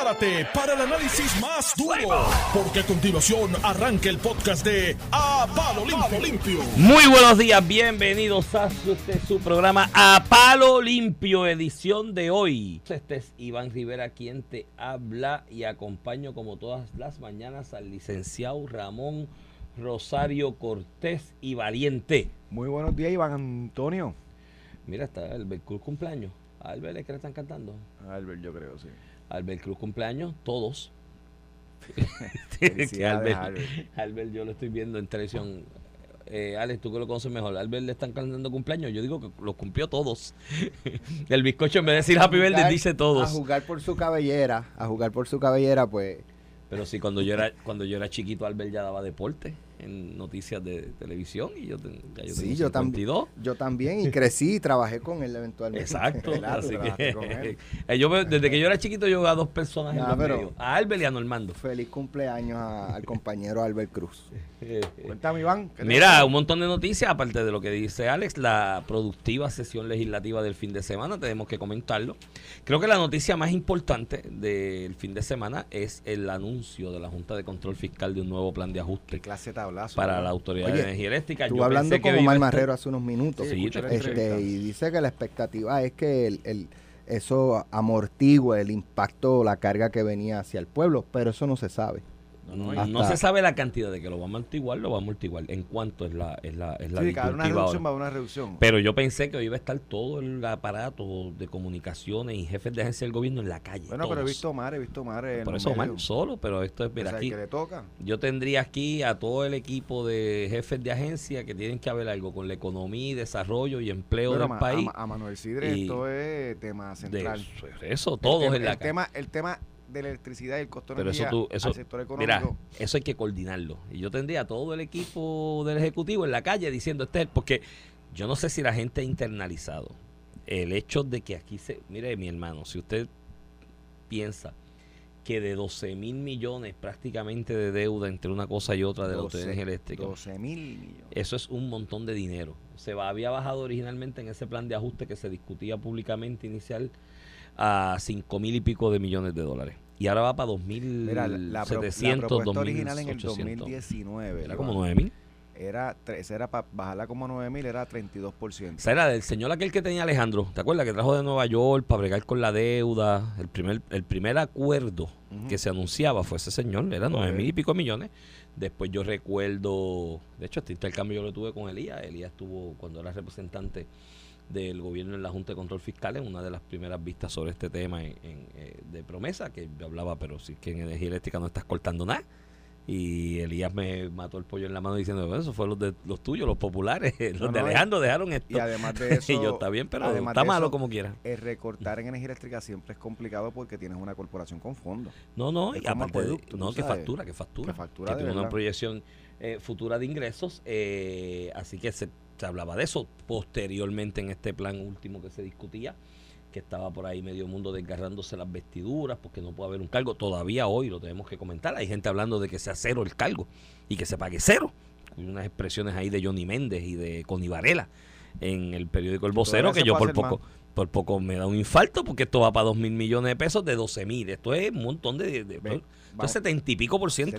Prepárate para el análisis más duro, porque a continuación arranca el podcast de A Palo Limpio. Muy buenos días, bienvenidos a su programa A Palo Limpio, edición de hoy. Este es Iván Rivera quien te habla y acompaño como todas las mañanas al licenciado Ramón Rosario Cortés y Valiente. Muy buenos días, Iván Antonio. Mira, está Albert Cruz cumpleaños. ¿A Albert es que le están cantando? Albert, yo creo, sí. Albert Cruz cumpleaños, todos. Albert, yo lo estoy viendo en televisión. Alex, tú que lo conoces mejor. Albert le están cantando cumpleaños. Yo digo que los cumplió todos. El bizcocho en vez de decir Happy Birthday dice todos. A jugar por su cabellera, pues. Pero sí, cuando yo era chiquito, Albert ya daba deporte en noticias de televisión y yo tengo 52. Yo también, y crecí y trabajé con él eventualmente. Exacto, así que desde que yo era chiquito yo jugaba a dos personas en los medios, a Albert y a Normando. Feliz cumpleaños al compañero Albert Cruz. Cuéntame, Iván. Mira, un montón de noticias, aparte de lo que dice Alex, la productiva sesión legislativa del fin de semana, tenemos que comentarlo. Creo que la noticia más importante del fin de semana es el anuncio de la Junta de Control Fiscal de un nuevo plan de ajuste. Clase tablazo, para la Autoridad de Energía Eléctrica. Estuve hablando con Omar Marrero hace unos minutos, sí, y dice que la expectativa es que eso amortigue el impacto, la carga que venía hacia el pueblo, pero eso no se sabe. No se sabe la cantidad de que lo va a amortiguar, en cuánto es la sí, cada una reducción va a una reducción. Pero yo pensé que hoy iba a estar todo el aparato de comunicaciones y jefes de agencia del gobierno en la calle. Bueno, todos. Pero he visto Omar por eso Omar solo, pero esto es, mira, aquí que le toca. Yo tendría aquí a todo el equipo de jefes de agencia que tienen que ver algo con la economía y desarrollo y empleo del país. A Manuel Sidre esto es tema central. Eso, todos en la calle. El tema de la electricidad y el costo de pero energía eso, al sector económico. Mira, eso hay que coordinarlo. Y yo tendría a todo el equipo del Ejecutivo en la calle diciendo porque yo no sé si la gente ha internalizado el hecho de que aquí mire, mi hermano, si usted piensa que de 12,000 millones prácticamente de deuda entre una cosa y otra de la Autoridad de Energía Eléctrica, 12,000 millones. Eso es un montón de dinero. Había bajado originalmente en ese plan de ajuste que se discutía públicamente inicial a 5,000 y pico de millones de dólares. Y ahora va para 2,700, la propuesta original en el 2,800. 2019 era como 9,000. Esa era para bajarla como 9,000, era 32%. Esa era del señor aquel que tenía Alejandro, ¿te acuerdas? Que trajo de Nueva York para bregar con la deuda. El primer acuerdo que se anunciaba fue ese señor, era 9,000 y pico millones. Después yo recuerdo, de hecho este intercambio yo lo tuve con Elías. Elías estuvo cuando era representante del gobierno en la Junta de Control Fiscal en una de las primeras vistas sobre este tema de promesa, que yo hablaba, pero sí que en energía eléctrica no estás cortando nada. Y Elías me mató el pollo en la mano diciendo, bueno, eso fue los tuyos, los populares, los de Alejandro dejaron esto. Y además de eso, y yo, está bien, pero está malo como quiera. Recortar en energía eléctrica siempre es complicado porque tienes una corporación con fondos. No, y aparte que factura. Que tiene una proyección futura de ingresos, así que se hablaba de eso posteriormente en este plan último que se discutía, que estaba por ahí medio mundo desgarrándose las vestiduras porque no puede haber un cargo. Todavía hoy lo tenemos que comentar. Hay gente hablando de que sea cero el cargo y que se pague cero. Hay unas expresiones ahí de Johnny Méndez y de Connie Varela en el periódico El Vocero que yo por poco me da un infarto porque esto va para 2,000 millones de pesos de 12,000. Esto es un montón entonces 70 y pico por ciento.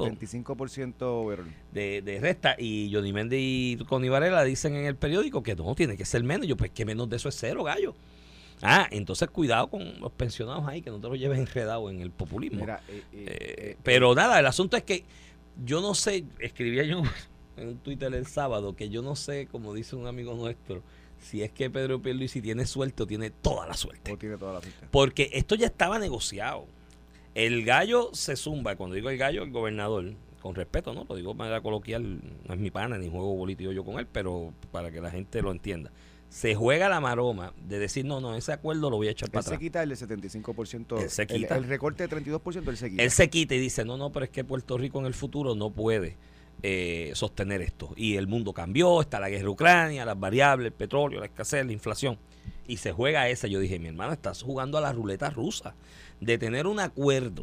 75% de resta. Y Johnny Méndez y Connie Varela dicen en el periódico que no, tiene que ser menos. Yo, pues que menos de eso es cero, gallo. Entonces cuidado con los pensionados ahí, que no te los lleves enredado en el populismo. Mira, pero nada, el asunto es que yo no sé, escribía yo en un Twitter el sábado, que yo no sé, como dice un amigo nuestro, si es que Pedro Pierluisi tiene suerte o tiene toda la suerte. Porque esto ya estaba negociado. El gallo se zumba, cuando digo el gallo, el gobernador, con respeto, ¿no? Lo digo de manera coloquial, no es mi pana, ni juego político yo con él, pero para que la gente lo entienda. Se juega la maroma de decir, no, ese acuerdo lo voy a echar para atrás. Él se quita el de 75%. Él se quita. El recorte de 32%, él se quita. Él se quita y dice, no, pero es que Puerto Rico en el futuro no puede sostener esto. Y el mundo cambió, está la guerra de Ucrania, las variables, el petróleo, la escasez, la inflación. Y se juega esa. Yo dije, mi hermano, estás jugando a la ruleta rusa de tener un acuerdo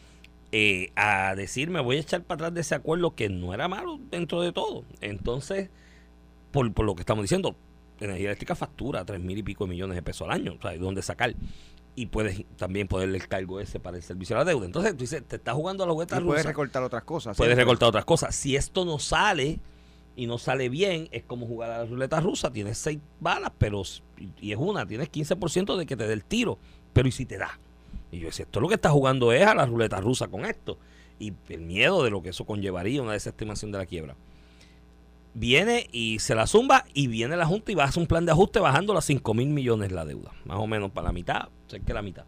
a decir, me voy a echar para atrás de ese acuerdo que no era malo dentro de todo. Entonces, por lo que estamos diciendo, energía eléctrica factura 3,000 y pico de millones de pesos al año, o sea, ¿de dónde sacar? y puedes también ponerle el cargo ese para el servicio a la deuda. Entonces tú dices, te estás jugando a la ruleta rusa. Puedes recortar otras cosas. Puedes recortar otras cosas. Si esto no sale y no sale bien, es como jugar a la ruleta rusa. Tienes 6 balas, pero y es tienes 15% de que te dé el tiro. Pero ¿y si te da? Y yo decía, esto lo que está jugando es a la ruleta rusa con esto. Y el miedo de lo que eso conllevaría, una desestimación de la quiebra. Viene y se la zumba y viene la Junta y va a hacer un plan de ajuste bajando a 5,000 millones la deuda. Más o menos para la mitad, sé que la mitad.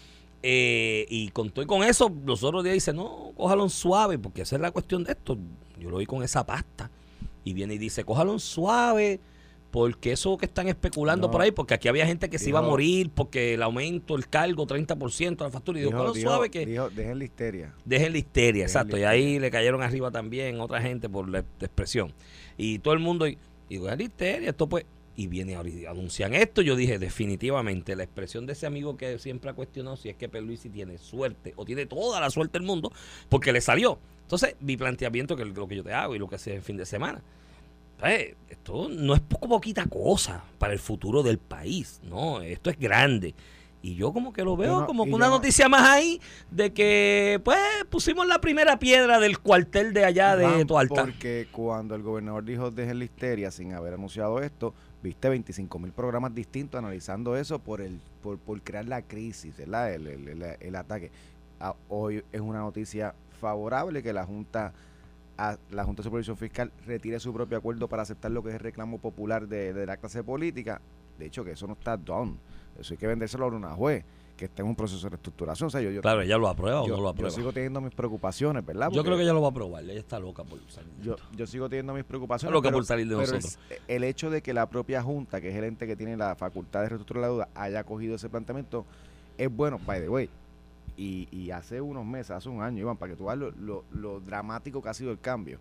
Y con eso, los otros días dice, no, cójalo en suave, porque esa es la cuestión de esto. Yo lo vi con esa pasta. Y viene y dice, cójalo en suave, porque eso que están especulando por ahí, porque aquí había gente que se iba a morir, porque el aumento, el cargo, 30% de la factura. Y cójalo suave que... dejen la histeria. Dejen la histeria, exacto. Y ahí le cayeron arriba también otra gente por la expresión. Y todo el mundo, y dejen la histeria, esto pues... Y viene ahora y anuncian esto. Yo dije, definitivamente, la expresión de ese amigo que siempre ha cuestionado si es que Pierluisi tiene suerte o tiene toda la suerte del mundo, porque le salió. Entonces, mi planteamiento, que es lo que yo te hago y lo que hace el fin de semana, esto no es poquita cosa para el futuro del país, no, esto es grande. Y yo como que lo veo como una noticia más ahí de que, pues, pusimos la primera piedra del cuartel de allá de Toalta. Porque cuando el gobernador dijo dejen la histeria sin haber anunciado esto, viste 25,000 programas distintos analizando eso por crear la crisis, ¿verdad? El ataque. Hoy es una noticia favorable que la Junta de Supervisión Fiscal retire su propio acuerdo para aceptar lo que es el reclamo popular de la clase política. De hecho, que eso no está done. Eso hay que vendérselo a una juez que está en un proceso de reestructuración. O sea, claro, ¿ella lo aprueba o no lo aprueba? Yo sigo teniendo mis preocupaciones, ¿verdad? Yo creo que ella lo va a aprobar. Ella está loca por salir. Yo sigo teniendo mis preocupaciones. Está loca por salir de nosotros. El hecho de que la propia Junta, que es el ente que tiene la facultad de reestructurar la deuda, haya cogido ese planteamiento, es bueno, by the way. Y hace unos meses, hace un año, Iván, para que tú veas lo dramático que ha sido el cambio.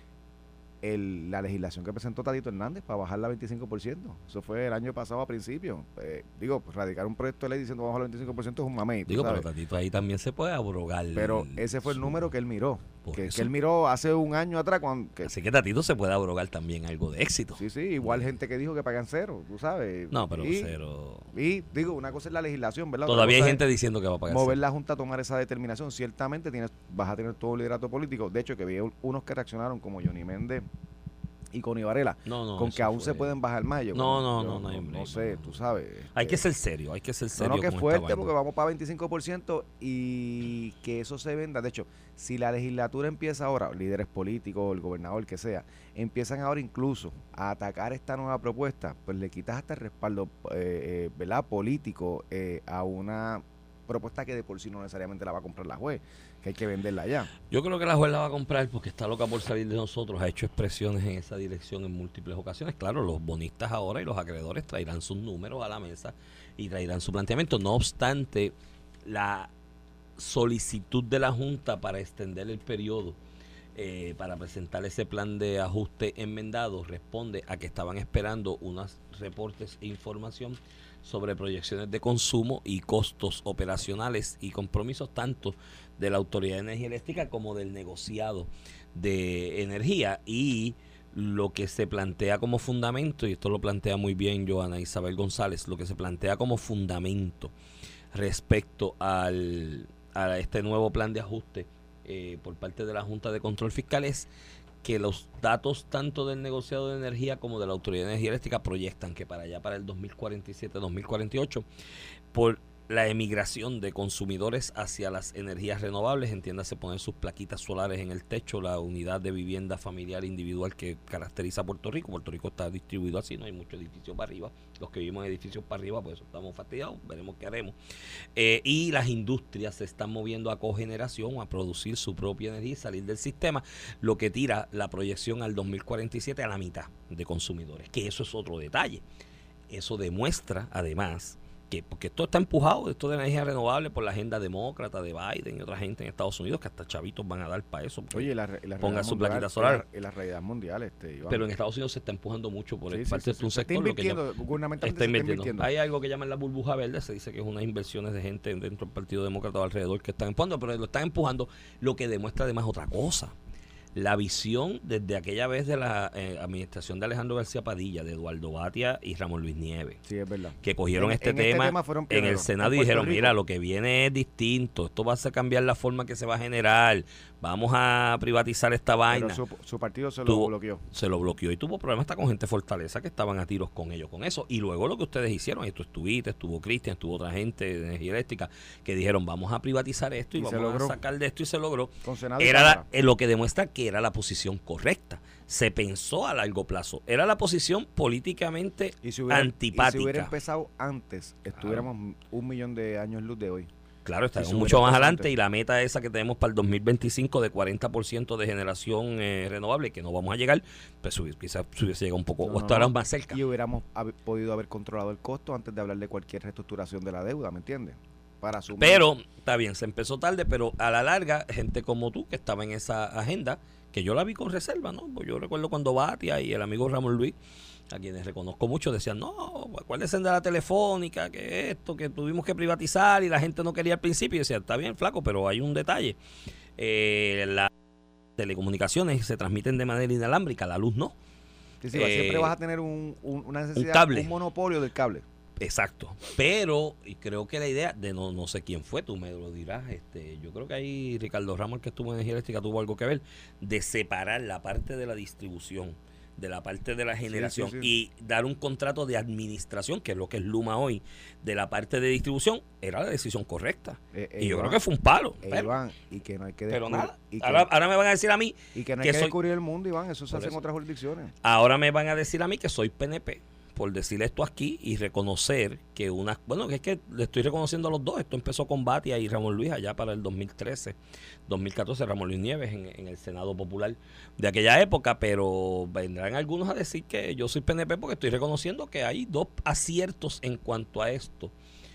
La legislación que presentó Tatito Hernández para bajarla al 25%. Eso fue el año pasado a principio. Radicar un proyecto de ley diciendo vamos al 25% es un mamey. Pero Tatito ahí también se puede abrogar. Pero ese fue el número que él miró. Que él miró hace un año atrás. Así que Tatito se puede abrogar también algo de éxito. Sí, igual gente que dijo que pagan cero, tú sabes. No, pero cero. Y una cosa es la legislación, ¿verdad? Todavía hay gente diciendo que va a pagar mover la Junta a tomar esa determinación. Ciertamente vas a tener todo el liderato político. De hecho, que vi unos que reaccionaron como Johnny Méndez y Connie Varela, con que aún se pueden bajar más. No sé, tú sabes. Hay que ser serio, No, que fuerte, porque vamos para 25% y que eso se venda. De hecho, si la legislatura empieza ahora, líderes políticos, el gobernador, el que sea, empiezan ahora incluso a atacar esta nueva propuesta, pues le quitas hasta el respaldo ¿verdad? Político a una propuesta que de por sí no necesariamente la va a comprar la juez, que hay que venderla ya. Yo creo que la juez la va a comprar porque está loca por salir de nosotros, ha hecho expresiones en esa dirección en múltiples ocasiones. Claro, los bonistas ahora y los acreedores traerán sus números a la mesa y traerán su planteamiento. No obstante, la solicitud de la Junta para extender el periodo para presentar ese plan de ajuste enmendado responde a que estaban esperando unos reportes e información sobre proyecciones de consumo y costos operacionales y compromisos tanto de la Autoridad de Energía Eléctrica como del negociado de energía. Y lo que se plantea como fundamento, y esto lo plantea muy bien Joana Isabel González, lo que se plantea como fundamento respecto a este nuevo plan de ajuste por parte de la Junta de Control Fiscal es que los datos tanto del negociado de energía como de la Autoridad de Energía Eléctrica proyectan que para allá, para el 2047-2048, por la emigración de consumidores hacia las energías renovables, entiéndase poner sus plaquitas solares en el techo, la unidad de vivienda familiar individual que caracteriza a Puerto Rico. Puerto Rico está distribuido así, no hay muchos edificios para arriba. Los que vivimos en edificios para arriba, pues estamos fastidiados, veremos qué haremos. Y las industrias se están moviendo a cogeneración, a producir su propia energía y salir del sistema, lo que tira la proyección al 2047 a la mitad de consumidores, que eso es otro detalle. Eso demuestra, además, porque esto está empujado, esto de energía renovable, por la agenda demócrata de Biden y otra gente en Estados Unidos, que hasta chavitos van a dar para eso. Oye, ponga su plaquita solar. En la realidad mundial, Iván. Pero en Estados Unidos se está empujando mucho por parte de un sector. Gubernamentalmente está invirtiendo. Hay algo que llaman la burbuja verde, se dice que es unas inversiones de gente dentro del Partido Demócrata o alrededor que están empujando, pero lo están empujando, lo que demuestra además otra cosa. La visión desde aquella vez de la administración de Alejandro García Padilla, de Eduardo Batia y Ramón Luis Nieves. Sí, es verdad. Que cogieron este tema en el Senado y dijeron, mira, lo que viene es distinto, esto va a hacer cambiar la forma que se va a generar, vamos a privatizar esta vaina. Pero su partido se lo bloqueó. Se lo bloqueó y tuvo problemas hasta con gente de Fortaleza que estaban a tiros con ellos, con eso. Y luego lo que ustedes hicieron, esto estuviste, estuvo Cristian, estuvo otra gente de energía eléctrica, que dijeron, vamos a privatizar esto y vamos a sacar de esto, y se logró. Era lo que demuestra que era la posición correcta. Se pensó a largo plazo. Era la posición políticamente antipática. Y si hubiera empezado antes, estuviéramos 1 millón de años luz de hoy. Claro, estaremos mucho más adelante, y la meta esa que tenemos para el 2025 de 40% de generación renovable, que no vamos a llegar, pues quizás hubiese llegado un poco, o estábamos más cerca. Y hubiéramos podido haber controlado el costo antes de hablar de cualquier reestructuración de la deuda, ¿me entiendes? Pero, está bien, se empezó tarde, pero a la larga, gente como tú, que estaba en esa agenda, que yo la vi con reserva, ¿no? Pues yo recuerdo cuando Batia y el amigo Ramón Luis, a quienes reconozco mucho, decían, no, acuérdense de la telefónica, que esto, que tuvimos que privatizar, y la gente no quería al principio. Y decía, está bien, flaco, pero hay un detalle. Las telecomunicaciones se transmiten de manera inalámbrica, la luz no. Sí, siempre vas a tener una necesidad, un monopolio del cable. Exacto, pero y creo que la idea de no sé quién fue, tú me lo dirás, yo creo que ahí Ricardo Ramos, que estuvo en energía eléctrica, tuvo algo que ver, de separar la parte de la distribución de la parte de la generación, y dar un contrato de administración, que es lo que es Luma hoy, de la parte de distribución. Era la decisión correcta, y yo creo que fue un palo, Iván, y que no hay que pero nada, ahora me van a decir a mí y que no hay que descubrir el mundo, Iván, eso se hace en otras jurisdicciones. Ahora me van a decir a mí que soy PNP por decir esto aquí y reconocer que que es que le estoy reconociendo a los dos. Esto empezó con Batia y Ramón Luis allá para el 2013, 2014, Ramón Luis Nieves en el Senado Popular de aquella época, pero vendrán algunos a decir que yo soy PNP porque estoy reconociendo que hay 2 aciertos en cuanto a esto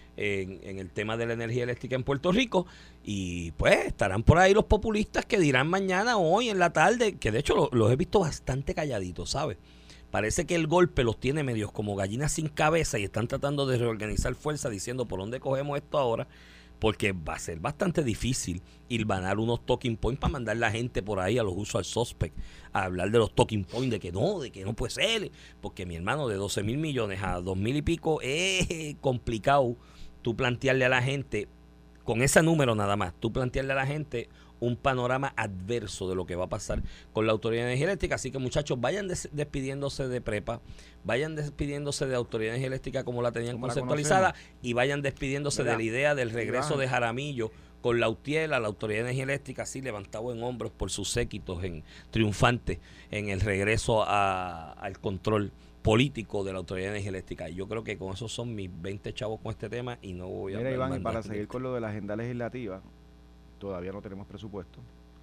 en el tema de la energía eléctrica en Puerto Rico, y pues estarán por ahí los populistas que dirán mañana o hoy en la tarde, que de hecho los he visto bastante calladitos, ¿sabes? Parece que el golpe los tiene medios como gallinas sin cabeza, y están tratando de reorganizar fuerza diciendo por dónde cogemos esto ahora, porque va a ser bastante difícil hilvanar unos talking points para mandar la gente por ahí a los usual suspects a hablar de los talking points, de que no puede ser, porque mi hermano, de 12,000 millones a 2,000 y pico es complicado tú plantearle a la gente, con ese número nada más, tú plantearle a la gente un panorama adverso de lo que va a pasar con la Autoridad de Energía Eléctrica. Así que, muchachos, vayan despidiéndose de PREPA, vayan despidiéndose de Autoridad de Energía Eléctrica como la tenían conceptualizada, y vayan despidiéndose de la idea del regreso de Jaramillo con la UTIELA, la Autoridad de Energía Eléctrica, así levantado en hombros por sus séquitos triunfantes en el regreso al control político de la Autoridad de Energía Eléctrica. Y yo creo que con eso son mis 20 chavos con este tema, y no voy a hablar. Iván, y para seguir con lo de la agenda legislativa, todavía no tenemos presupuesto.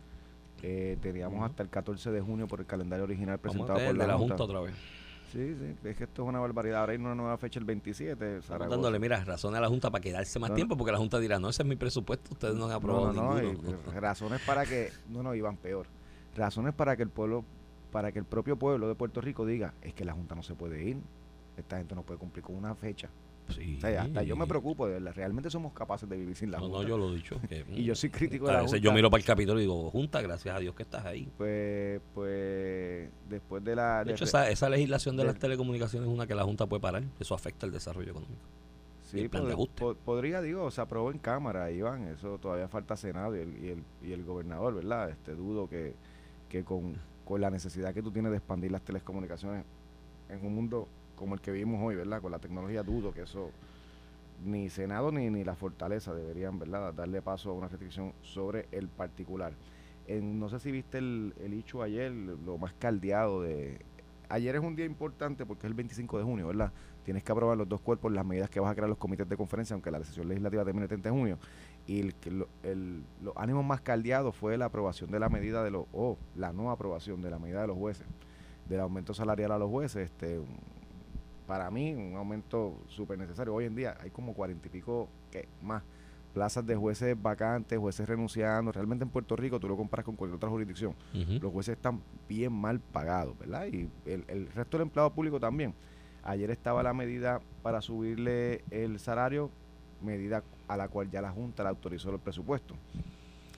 Teníamos hasta el 14 de junio por el calendario original presentado por la Junta otra vez. Sí, es que esto es una barbaridad. Ahora hay una nueva fecha el 27. Dándole, razones a la Junta para quedarse más tiempo, porque la Junta dirá, no, ese es mi presupuesto, ustedes no han aprobado ninguno. Razones para que, Iván, peor. Razones para que el propio pueblo de Puerto Rico diga, es que la Junta no se puede ir. Esta gente no puede cumplir con una fecha. Sí. O sea, hasta yo me preocupo, de verdad. Realmente somos capaces de vivir sin la Junta. No, yo lo he dicho. Y yo soy crítico de la Junta. Yo miro para el Capitolio y digo, Junta, gracias a Dios que estás ahí. Pues después de la... De hecho, esa legislación de las telecomunicaciones es una que la Junta puede parar. Eso afecta el desarrollo económico. Sí, podría, se aprobó en Cámara, Iván. Eso todavía falta Senado y el gobernador, ¿verdad? Dudo que con la necesidad que tú tienes de expandir las telecomunicaciones en un mundo como el que vivimos hoy, ¿verdad? Con la tecnología, dudo que eso, ni Senado ni la Fortaleza deberían, ¿verdad?, darle paso a una restricción sobre el particular. No sé si viste el hecho ayer, lo más caldeado de... Ayer es un día importante porque es el 25 de junio, ¿verdad? Tienes que aprobar los 2 cuerpos las medidas que vas a crear los comités de conferencia, aunque la sesión legislativa termine el 30 de junio. Y los ánimos más caldeados fue la aprobación de la medida la no aprobación de la medida de los jueces, del aumento salarial a los jueces. Para mí, un aumento súper necesario. Hoy en día hay como 40 y pico más plazas de jueces vacantes, jueces renunciando. Realmente en Puerto Rico, tú lo comparas con cualquier otra jurisdicción, los jueces están bien mal pagados, ¿verdad? Y el resto del empleado público también. Ayer estaba la medida para subirle el salario, medida a la cual ya la Junta le autorizó el presupuesto.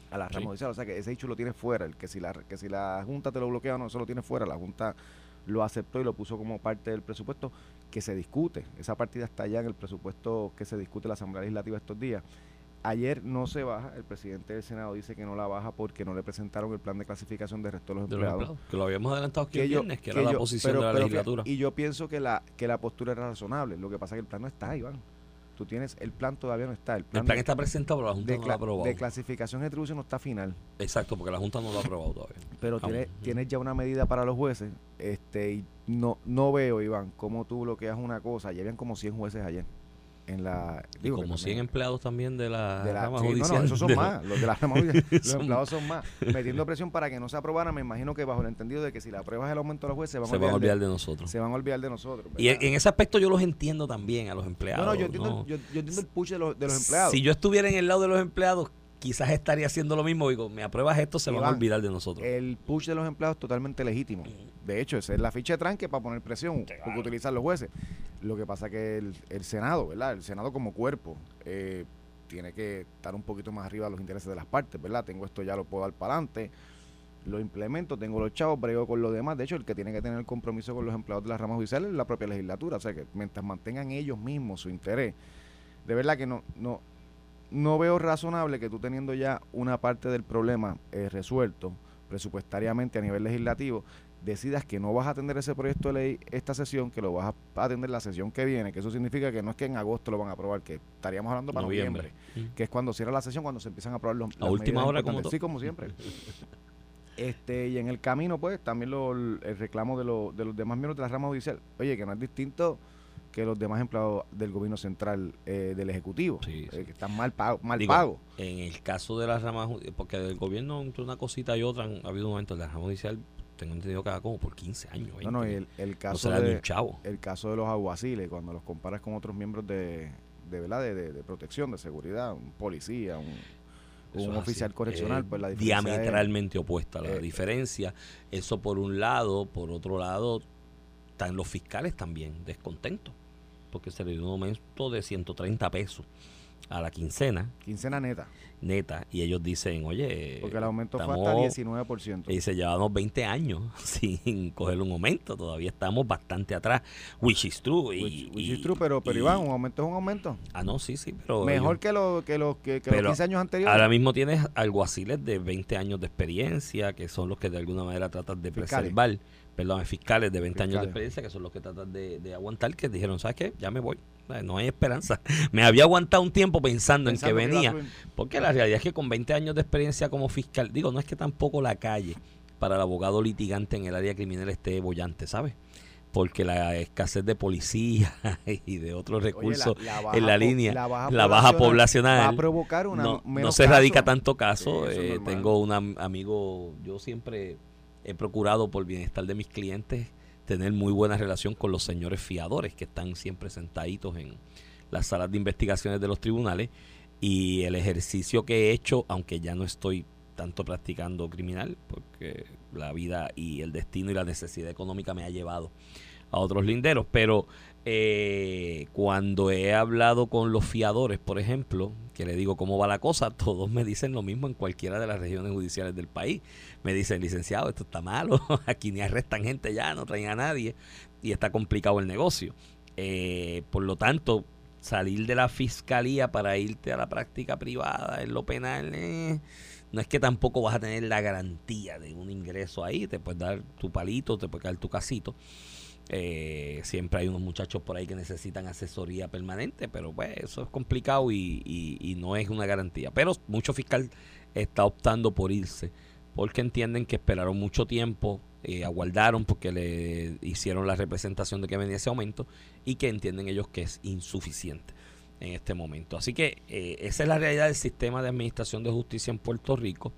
a la rama judicial. O sea que ese hecho lo tiene fuera. El que si la Junta te lo bloquea o no, eso lo tiene fuera. La Junta lo aceptó y lo puso como parte del presupuesto que se discute. Esa partida está ya en el presupuesto que se discute en la Asamblea Legislativa estos días. Ayer no se baja, el presidente del Senado dice que no la baja porque no le presentaron el plan de clasificación del resto de los empleados. Que lo habíamos adelantado aquí el viernes, que era la posición de la legislatura. Y yo pienso que la postura era razonable. Lo que pasa es que el plan no está, Iván. Tú tienes, el plan todavía no está. El plan está presentado, pero la Junta no lo ha aprobado. De clasificación y atribución no está final. Exacto, porque la Junta no lo ha aprobado todavía. Pero tienes ya una medida para los jueces. Y no veo, Iván, cómo tú bloqueas una cosa. Ya habían como 100 jueces ayer. Como 100 empleados también de la rama judicial. No, esos son más. Los de la rama judicial. Los empleados son más. Metiendo presión para que no se aprobara, me imagino que bajo el entendido de que si la apruebas el aumento de los jueces, se van a olvidar de nosotros. Se van a olvidar de nosotros. ¿Verdad? Y en ese aspecto yo los entiendo también a los empleados. Yo entiendo el push de los empleados. Si yo estuviera en el lado de los empleados, quizás estaría haciendo lo mismo. Digo, me apruebas esto, se van a olvidar de nosotros. El push de los empleados es totalmente legítimo. De hecho, esa es la ficha de tranque para poner presión, porque utilizan los jueces. Lo que pasa es que el Senado, ¿verdad? El Senado como cuerpo tiene que estar un poquito más arriba de los intereses de las partes, ¿verdad? Tengo esto, ya lo puedo dar para adelante, lo implemento, tengo los chavos, brego con lo demás. De hecho, el que tiene que tener el compromiso con los empleados de la rama judicial es la propia legislatura. O sea, que mientras mantengan ellos mismos su interés, de verdad que no veo razonable que tú teniendo ya una parte del problema resuelto presupuestariamente a nivel legislativo, decidas que no vas a atender ese proyecto de ley esta sesión, que lo vas a atender la sesión que viene, que eso significa que no es que en agosto lo van a aprobar, que estaríamos hablando para noviembre, que es cuando cierra la sesión, cuando se empiezan a aprobar las última hora, sí, como siempre. Y en el camino, pues, también el reclamo de los demás miembros de la rama judicial, oye, que no es distinto que los demás empleados del gobierno central del Ejecutivo, que están mal pagos. En el caso de la rama judicial, porque del gobierno entre una cosita y otra ha habido un momento de la rama judicial, tengo entendido que como por 15 años. 20, el caso el caso de los alguaciles, cuando los comparas con otros miembros de protección, de seguridad, un policía, un oficial correccional, pues la diferencia diametralmente opuesta. La diferencia, eso por un lado, por otro lado, están los fiscales también descontentos, porque se le dio un aumento de 130 pesos a la quincena neta, y ellos dicen, oye, porque el aumento fue hasta 19%. Y dice, llevamos 20 años sin coger un aumento, todavía estamos bastante atrás, which is true. Which is true, pero Iván, un aumento es un aumento. Sí, pero mejor que los 15 años anteriores. Ahora mismo tienes alguaciles de 20 años de experiencia, que son los que de alguna manera tratan de preservar, fiscales de 20 años de experiencia, que son los que tratan de aguantar, que dijeron, ¿sabes qué? Ya me voy. No hay esperanza. Me había aguantado un tiempo pensando en que venía, porque la realidad es que con 20 años de experiencia como fiscal, no es que tampoco la calle para el abogado litigante en el área criminal esté bollante, ¿sabes? Porque la escasez de policía y de otros recursos en la línea, la baja poblacional va a provocar no se radica tanto caso. Tengo un amigo, yo siempre he procurado por bienestar de mis clientes tener muy buena relación con los señores fiadores que están siempre sentaditos en las salas de investigaciones de los tribunales, y el ejercicio que he hecho, aunque ya no estoy tanto practicando criminal porque la vida y el destino y la necesidad económica me ha llevado a otros linderos, pero cuando he hablado con los fiadores, por ejemplo, que le digo cómo va la cosa, todos me dicen lo mismo en cualquiera de las regiones judiciales del país. Me dicen, licenciado, esto está malo, aquí ni arrestan gente ya, no traen a nadie y está complicado el negocio. Por lo tanto, salir de la fiscalía para irte a la práctica privada en lo penal, no es que tampoco vas a tener la garantía de un ingreso ahí, te puedes dar tu palito, te puede caer tu casito. Siempre hay unos muchachos por ahí que necesitan asesoría permanente, pero pues eso es complicado y no es una garantía. Pero mucho fiscal está optando por irse porque entienden que esperaron mucho tiempo, aguardaron porque le hicieron la representación de que venía ese aumento y que entienden ellos que es insuficiente en este momento. Así que esa es la realidad del sistema de administración de justicia en Puerto Rico.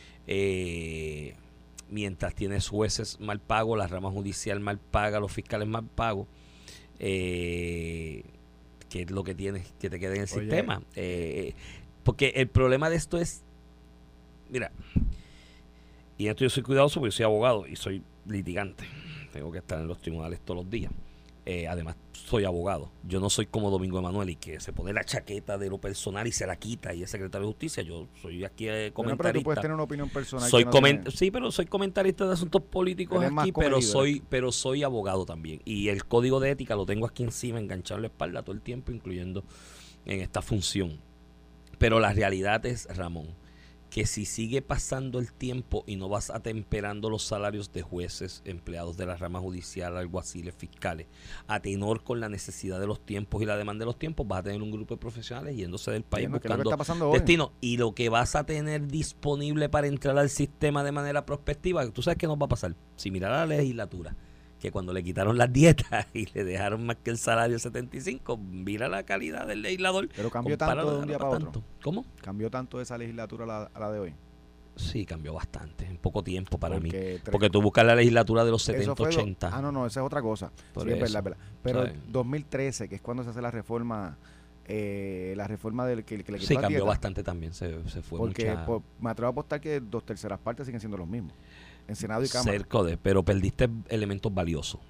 Mientras tienes jueces mal pagos, la rama judicial mal paga, los fiscales mal pagos, ¿qué es lo que tienes que te quede en el sistema? Porque el problema de esto es, mira, y en esto yo soy cuidadoso porque soy abogado y soy litigante, tengo que estar en los tribunales todos los días. Además, soy abogado. Yo no soy como Domingo Emanuel y que se pone la chaqueta de lo personal y se la quita y es secretario de Justicia. Yo soy aquí comentarista. Pero tú puedes tener una opinión personal. Sí, pero soy comentarista de asuntos políticos aquí, pero soy abogado también. Y el código de ética lo tengo aquí encima, enganchado en la espalda todo el tiempo, incluyendo en esta función. Pero la realidad es, Ramón, que si sigue pasando el tiempo y no vas atemperando los salarios de jueces, empleados de la rama judicial, alguaciles, fiscales, a tenor con la necesidad de los tiempos y la demanda de los tiempos, vas a tener un grupo de profesionales yéndose del país buscando destino. Y lo que vas a tener disponible para entrar al sistema de manera prospectiva, tú sabes qué nos va a pasar. Si mirar a la legislatura, que cuando le quitaron las dietas y le dejaron más que el salario 75, mira la calidad del legislador. Pero cambió tanto de un día para otro. ¿Cómo? ¿Cambió tanto esa legislatura a la de hoy? Sí, cambió bastante, en poco tiempo para mí. Porque tú buscas la legislatura de los 70, 80. No, esa es otra cosa. Sí, es verdad. Pero 2013, que es cuando se hace la reforma del que le quitó sí, cambió bastante también, se fue porque me atrevo a apostar que 2/3 partes siguen siendo los mismos. En Senado y Cámara. Pero perdiste elementos valiosos.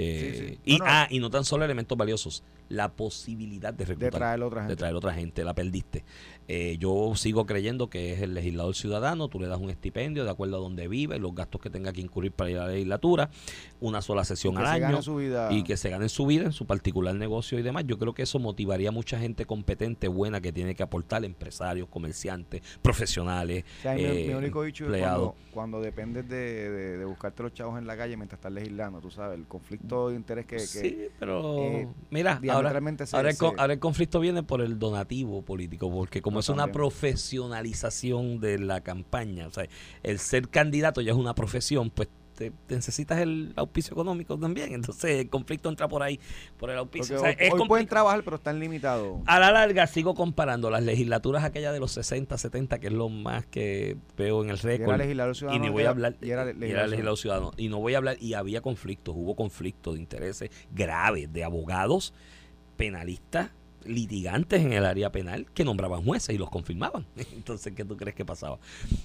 Y no tan solo elementos valiosos, la posibilidad de reclutar, de traer otra gente, la perdiste. Yo sigo creyendo que es el legislador ciudadano, tú le das un estipendio de acuerdo a donde vive, los gastos que tenga que incurrir para ir a la legislatura, una sola sesión al año y que se gane su vida en su particular negocio y demás. Yo creo que eso motivaría a mucha gente competente, buena, que tiene que aportar, empresarios, comerciantes, profesionales, mi único dicho es cuando dependes de buscarte los chavos en la calle mientras estás legislando, tú sabes, el conflicto de interés que sí, pero mira, ahora el conflicto viene por el donativo político, porque como es una profesionalización de la campaña, o sea, el ser candidato ya es una profesión, pues te necesitas el auspicio económico también, entonces el conflicto entra por ahí, por el auspicio. O sea, hoy pueden trabajar, pero están limitados. A la larga sigo comparando las legislaturas aquellas de los 60, 70, que es lo más que veo en el récord. Y no voy a hablar, y era legislador ciudadano. Y no voy a hablar, y había conflictos, hubo conflictos de intereses graves de abogados, penalistas, litigantes en el área penal que nombraban jueces y los confirmaban. Entonces, ¿qué tú crees que pasaba?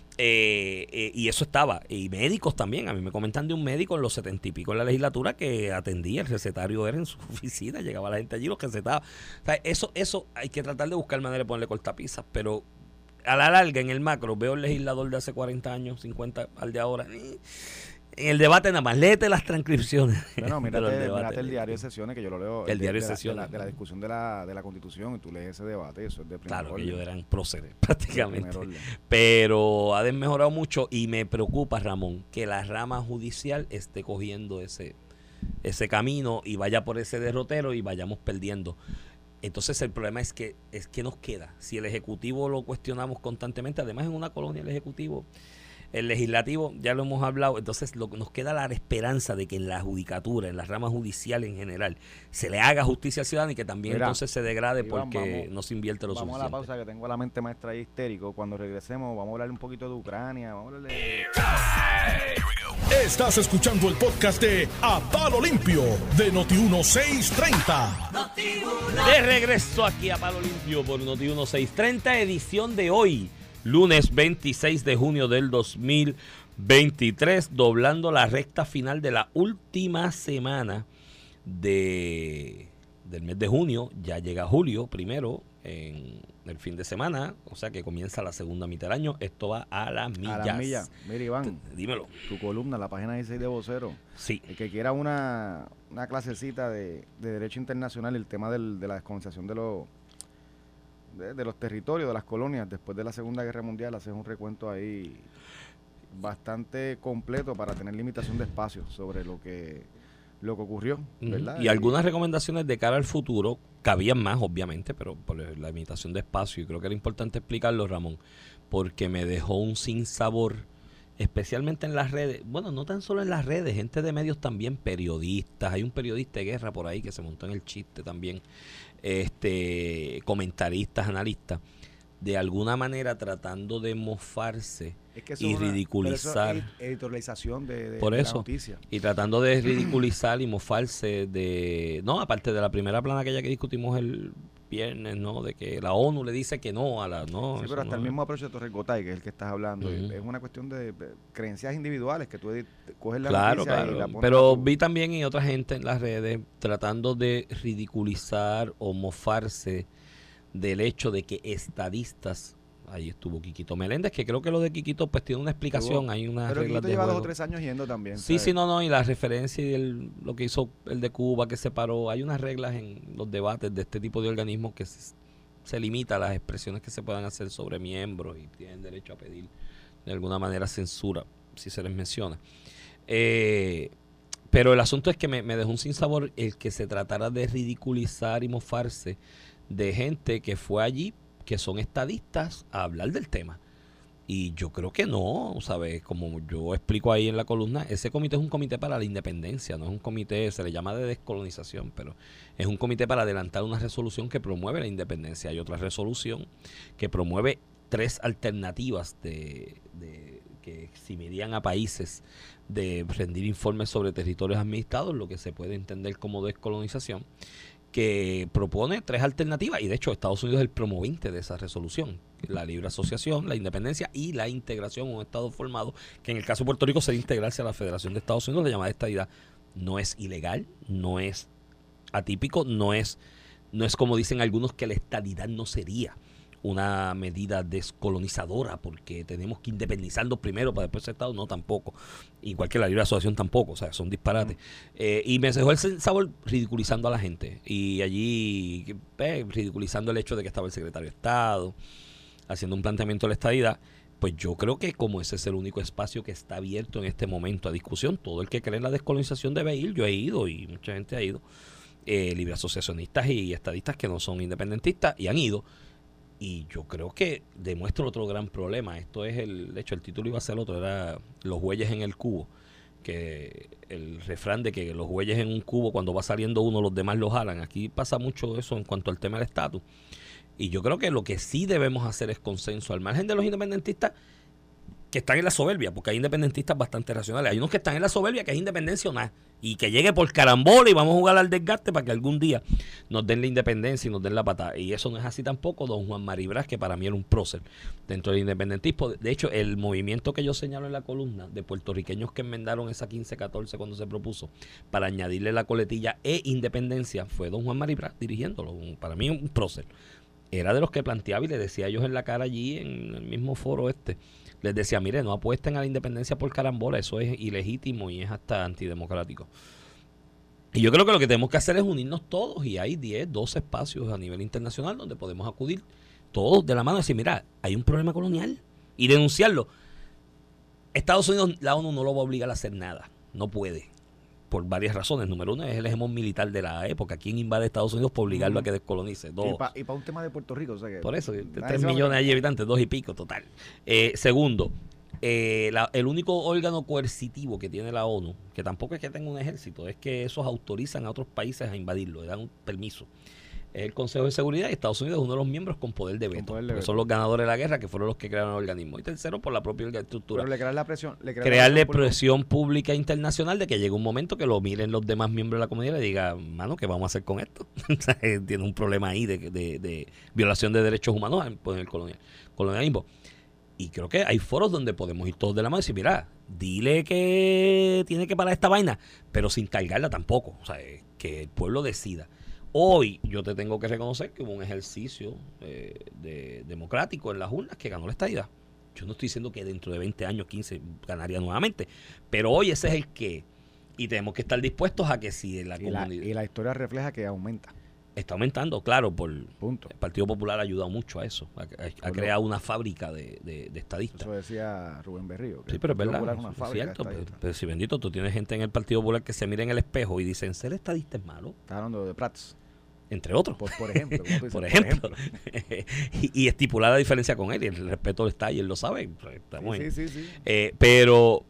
Y eso estaba. Y médicos también. A mí me comentan de un médico en los 70 y pico en la legislatura que atendía, el recetario era en su oficina, llegaba la gente allí, los recetaba. O sea, eso hay que tratar de buscar manera de ponerle cortapisas, pero a la larga, en el macro, veo el legislador de hace 40 años, 50 al de ahora. En el debate nada más, léete las transcripciones. Bueno, mírate el diario de sesiones, que yo lo leo. El diario de sesiones. De la discusión de la Constitución, y tú lees ese debate, eso es de primer orden. que ellos eran próceres, prácticamente. Pero ha desmejorado mucho y me preocupa, Ramón, que la rama judicial esté cogiendo ese camino y vaya por ese derrotero y vayamos perdiendo. Entonces el problema es que nos queda. Si el Ejecutivo lo cuestionamos constantemente, además en una colonia el Ejecutivo... El legislativo, ya lo hemos hablado, entonces nos queda la esperanza de que en la judicatura, en la rama judicial en general, se le haga justicia al ciudadano y que también entonces se degrade porque no se invierte lo suficiente. Vamos a la pausa, que tengo la mente maestra ahí histérico. Cuando regresemos vamos a hablar un poquito de Ucrania, vamos a hablar de... Estás escuchando el podcast de A Palo Limpio de Noti1630. De regreso aquí a Palo Limpio por Noti1630, edición de hoy. Lunes 26 de junio del 2023, doblando la recta final de la última semana del mes de junio. Ya llega julio primero en el fin de semana, o sea que comienza la segunda mitad del año. Esto va a las millas. A las millas. Mira, Iván, dímelo. Tu columna, la página 16 de Vocero. Sí. El que quiera una clasecita de Derecho Internacional, el tema de la descolonización de los territorios, de las colonias después de la Segunda Guerra Mundial, haces un recuento ahí bastante completo para tener limitación de espacio sobre lo que ocurrió, ¿verdad? Y algunas recomendaciones de cara al futuro, cabían más obviamente, pero por la limitación de espacio, y creo que era importante explicarlo, Ramón, porque me dejó un sinsabor, especialmente en las redes, bueno, no tan solo en las redes, gente de medios también, periodistas, hay un periodista de guerra por ahí que se montó en el chiste también, comentaristas, analistas, de alguna manera tratando de mofarse y ridiculizar. Eso es editorialización de por eso, la noticia. Y tratando de ridiculizar y mofarse no, aparte de la primera plana aquella que discutimos el viernes, ¿no? De que la ONU le dice que no a la... No, sí, pero hasta el mismo approach de Torres Gotay, que es el que estás hablando, es una cuestión de creencias individuales que tú coges la noticia y la pones. Pero vi también y otra gente en las redes tratando de ridiculizar o mofarse del hecho de que estadistas... Ahí estuvo Quiquito Meléndez, que creo que lo de Quiquito pues tiene una explicación, hay unas pero reglas Quiquito lleva 2 o 3 años yendo también. Sí, ¿sabes? No, y la referencia y lo que hizo el de Cuba, que se paró, hay unas reglas en los debates de este tipo de organismos que se limita a las expresiones que se puedan hacer sobre miembros y tienen derecho a pedir de alguna manera censura, si se les menciona. Pero el asunto es que me dejó un sinsabor el que se tratara de ridiculizar y mofarse de gente que fue allí, que son estadistas, a hablar del tema. Y yo creo que no, ¿sabes? Como yo explico ahí en la columna, ese comité es un comité para la independencia, no es un comité, se le llama de descolonización, pero es un comité para adelantar una resolución que promueve la independencia. Hay otra resolución que promueve 3 alternativas que eximirían a países de rendir informes sobre territorios administrados, lo que se puede entender como descolonización, que propone 3 alternativas, y de hecho Estados Unidos es el promovente de esa resolución: la libre asociación, la independencia y la integración a un Estado formado, que en el caso de Puerto Rico sería integrarse a la Federación de Estados Unidos. La llamada estadidad no es ilegal, no es atípico, no es como dicen algunos, que la estadidad no sería una medida descolonizadora porque tenemos que independizarnos primero para después ser Estado. No, tampoco. Igual que la libre asociación tampoco, o sea, son disparates. Y me dejó el sabor ridiculizando a la gente. Y allí ridiculizando el hecho de que estaba el secretario de Estado haciendo un planteamiento de la estadidad. Pues yo creo que como ese es el único espacio que está abierto en este momento a discusión, todo el que cree en la descolonización debe ir. Yo he ido y mucha gente ha ido. Libre asociacionistas y estadistas que no son independentistas y han ido. Y yo creo que demuestra otro gran problema. Esto es de hecho el título iba a ser otro, era los bueyes en el cubo, que el refrán de que los bueyes en un cubo, cuando va saliendo uno, los demás los jalan. Aquí pasa mucho eso en cuanto al tema del estatus. Y yo creo que lo que sí debemos hacer es consenso, al margen de los independentistas que están en la soberbia, porque hay independentistas bastante racionales. Hay unos que están en la soberbia, que es independencia o nada, y que llegue por carambola y vamos a jugar al desgaste para que algún día nos den la independencia y nos den la patada. Y eso no es así tampoco. Don Juan Maribras, que para mí era un prócer dentro del independentismo. De hecho, el movimiento que yo señalo en la columna de puertorriqueños que enmendaron esa 15-14 cuando se propuso para añadirle la coletilla e independencia, fue don Juan Maribras dirigiéndolo. Para mí un prócer. Era de los que planteaba y le decía a ellos en la cara allí en el mismo foro les decía: mire, no apuesten a la independencia por carambola, eso es ilegítimo y es hasta antidemocrático. Y yo creo que lo que tenemos que hacer es unirnos todos, y hay 10, 12 espacios a nivel internacional donde podemos acudir todos de la mano y decir: mira, hay un problema colonial, y denunciarlo. Estados Unidos, la ONU no lo va a obligar a hacer nada, no puede, por varias razones. Número 1, es el hegemón militar de la época. ¿Quién invade Estados Unidos para obligarlo a que descolonice? 2. Y para un tema de Puerto Rico, o sea que por eso, 3 millones de habitantes, 2 y pico total. Segundo, el único órgano coercitivo que tiene la ONU, que tampoco es que tenga un ejército, es que esos autorizan a otros países a invadirlo, le dan un permiso. Es el Consejo de Seguridad, y Estados Unidos es uno de los miembros con poder de veto. Son los ganadores de la guerra, que fueron los que crearon el organismo. Y tercero, por la propia estructura. Pero le crean la presión. Crearle presión pública internacional de que llegue un momento que lo miren los demás miembros de la comunidad y le digan: mano, ¿qué vamos a hacer con esto? Tiene un problema ahí de violación de derechos humanos en el colonialismo. Y creo que hay foros donde podemos ir todos de la mano y decir: mira, dile que tiene que parar esta vaina, pero sin cargarla tampoco. O sea, que el pueblo decida. Hoy yo te tengo que reconocer que hubo un ejercicio democrático en las urnas que ganó la estadidad. Yo no estoy diciendo que dentro de 20 años, 15, ganaría nuevamente, pero hoy ese es el que, y tenemos que estar dispuestos a que si la comunidad... Y la historia refleja que aumenta. Está aumentando, claro, Punto. El Partido Popular ha ayudado mucho a eso, ha creado una fábrica de estadistas. Eso decía Rubén Berrío. Sí, pero es verdad, es cierto. Pero si bendito, tú tienes gente en el Partido Popular que se mira en el espejo y dicen: ser estadista es malo. Está hablando de Prats. Entre otros. Por ejemplo. Dices, por ejemplo. y estipular la diferencia con él, y el respeto está, y él lo sabe. Sí. Pero,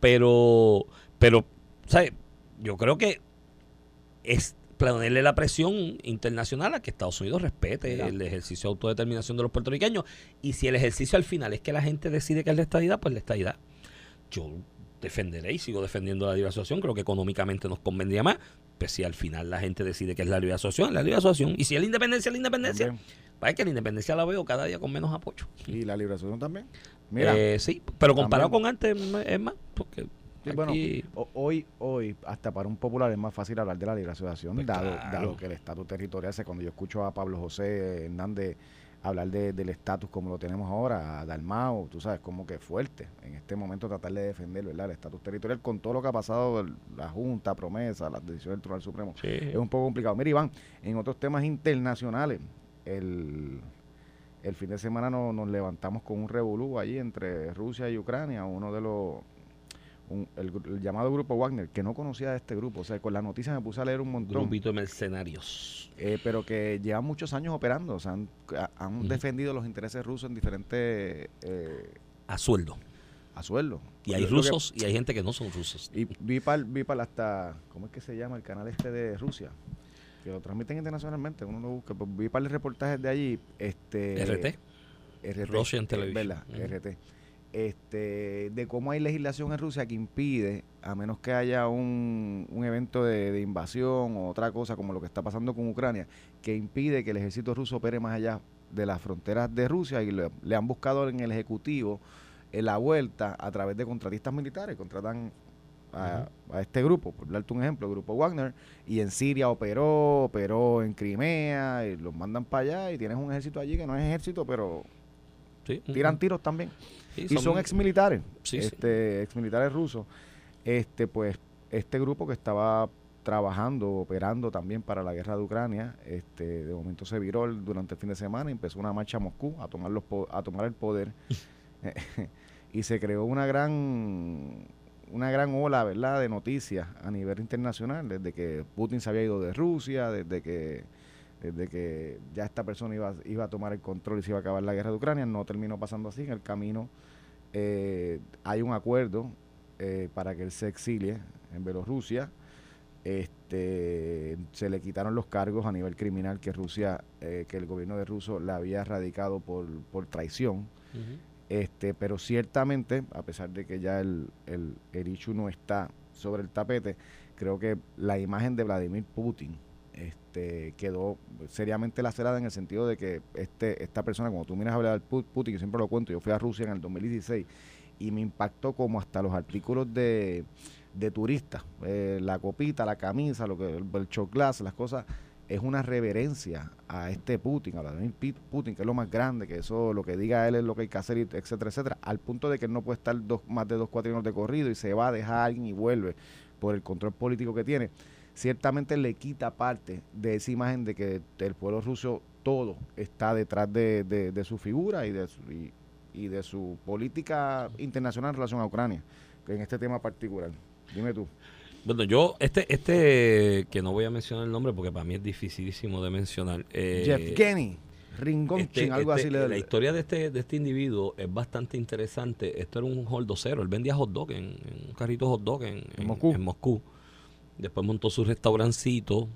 ¿sabes? Yo creo que es ponerle la presión internacional a que Estados Unidos respete el ejercicio de autodeterminación de los puertorriqueños. Y si el ejercicio al final es que la gente decide que es la estadidad, pues la estadidad. Yo defenderé y sigo defendiendo la libre asociación. Creo que económicamente nos convendría más. Pues si al final la gente decide que es la libre asociación, es la libre asociación. Y si es la independencia, es la independencia. Parece que la independencia la veo cada día con menos apoyo. ¿Y la libre asociación también? Mira, sí, pero comparado con antes es más. Porque sí, bueno, hoy, hasta para un popular es más fácil hablar de la libre asociación, pues dado que el estatus territorial, cuando yo escucho a Pablo José Hernández hablar del estatus como lo tenemos ahora, a Dalmau, tú sabes, como que fuerte en este momento tratar de defender, ¿verdad?, el estatus territorial con todo lo que ha pasado, la Junta, promesa, las decisiones del Tribunal Supremo. Sí. Es un poco complicado. Mira, Iván, en otros temas internacionales, el fin de semana nos levantamos con un revolú allí entre Rusia y Ucrania, uno de los el llamado grupo Wagner, que no conocía de este grupo, o sea, con la noticia me puse a leer un montón. Grupito de mercenarios. Pero que llevan muchos años operando, o sea, han defendido los intereses rusos en diferentes... a sueldo. A sueldo. Y hay rusos y hay gente que no son rusos. Y vi para hasta, ¿cómo es que se llama? El canal de Rusia, que lo transmiten internacionalmente, uno lo busca, pues vi para reportajes de allí. RT. Russian Television. ¿Verdad? RT. De cómo hay legislación en Rusia que impide, a menos que haya un evento de invasión o otra cosa como lo que está pasando con Ucrania, que impide que el ejército ruso opere más allá de las fronteras de Rusia, y le han buscado en el Ejecutivo la vuelta a través de contratistas militares. Contratan a este grupo, por darte un ejemplo, el grupo Wagner, y en Siria operó en Crimea, y los mandan para allá y tienes un ejército allí que no es ejército, pero sí, tiran tiros también. Sí, y son exmilitares, exmilitares rusos. Pues este grupo que estaba trabajando, operando también para la guerra de Ucrania, de momento se viró durante el fin de semana y empezó una marcha a Moscú a tomar el poder. Y se creó una gran ola, ¿verdad?, de noticias a nivel internacional, desde que Putin se había ido de Rusia, desde que ya esta persona iba a tomar el control y se iba a acabar la guerra de Ucrania. No terminó pasando así. En el camino hay un acuerdo para que él se exilie en Bielorrusia. Se le quitaron los cargos a nivel criminal que Rusia, que el gobierno de ruso le había radicado por traición. Pero ciertamente, a pesar de que ya el issue no está sobre el tapete, creo que la imagen de Vladimir Putin quedó seriamente lacerada, en el sentido de que esta persona, cuando tú miras a hablar de Putin, yo siempre lo cuento, yo fui a Rusia en el 2016 y me impactó como hasta los artículos de turistas, la copita, la camisa, el shot glass, las cosas, es una reverencia a Putin, a Vladimir Putin, que es lo más grande, que eso, lo que diga él es lo que hay que hacer, etcétera, etcétera, al punto de que él no puede estar más de 2 cuatrienios de corrido y se va a dejar a alguien y vuelve por el control político que tiene. Ciertamente le quita parte de esa imagen de que el pueblo ruso todo está detrás de su figura y de su política internacional en relación a Ucrania, en este tema particular. Dime tú. Bueno, yo, que no voy a mencionar el nombre porque para mí es dificilísimo de mencionar. Yevgeny Ringonchin, algo así. La historia de este individuo es bastante interesante. Esto era un holdocero. Él vendía hot dog en un carrito hot dog en Moscú. Después montó su restaurancito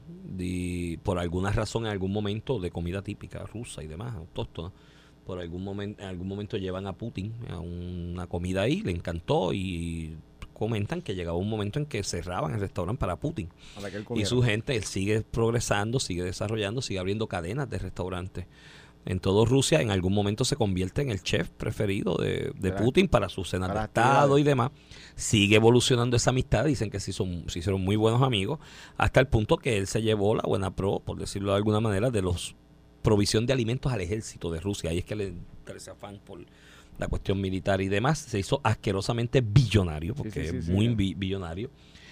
por alguna razón, en algún momento, de comida típica rusa y demás, autóctona. En algún momento llevan a Putin a una comida ahí, le encantó, y comentan que llegaba un momento en que cerraban el restaurante para Putin. Y su gente, él sigue progresando, sigue desarrollando, sigue abriendo cadenas de restaurantes. En todo Rusia, en algún momento se convierte en el chef preferido de Putin para su cena de estado y demás. Sigue evolucionando esa amistad, dicen que se hicieron muy buenos amigos, hasta el punto que él se llevó la buena por decirlo de alguna manera, de los provisión de alimentos al ejército de Rusia. Ahí es que le interesa afán por la cuestión militar y demás. Se hizo asquerosamente billonario, porque es muy billonario.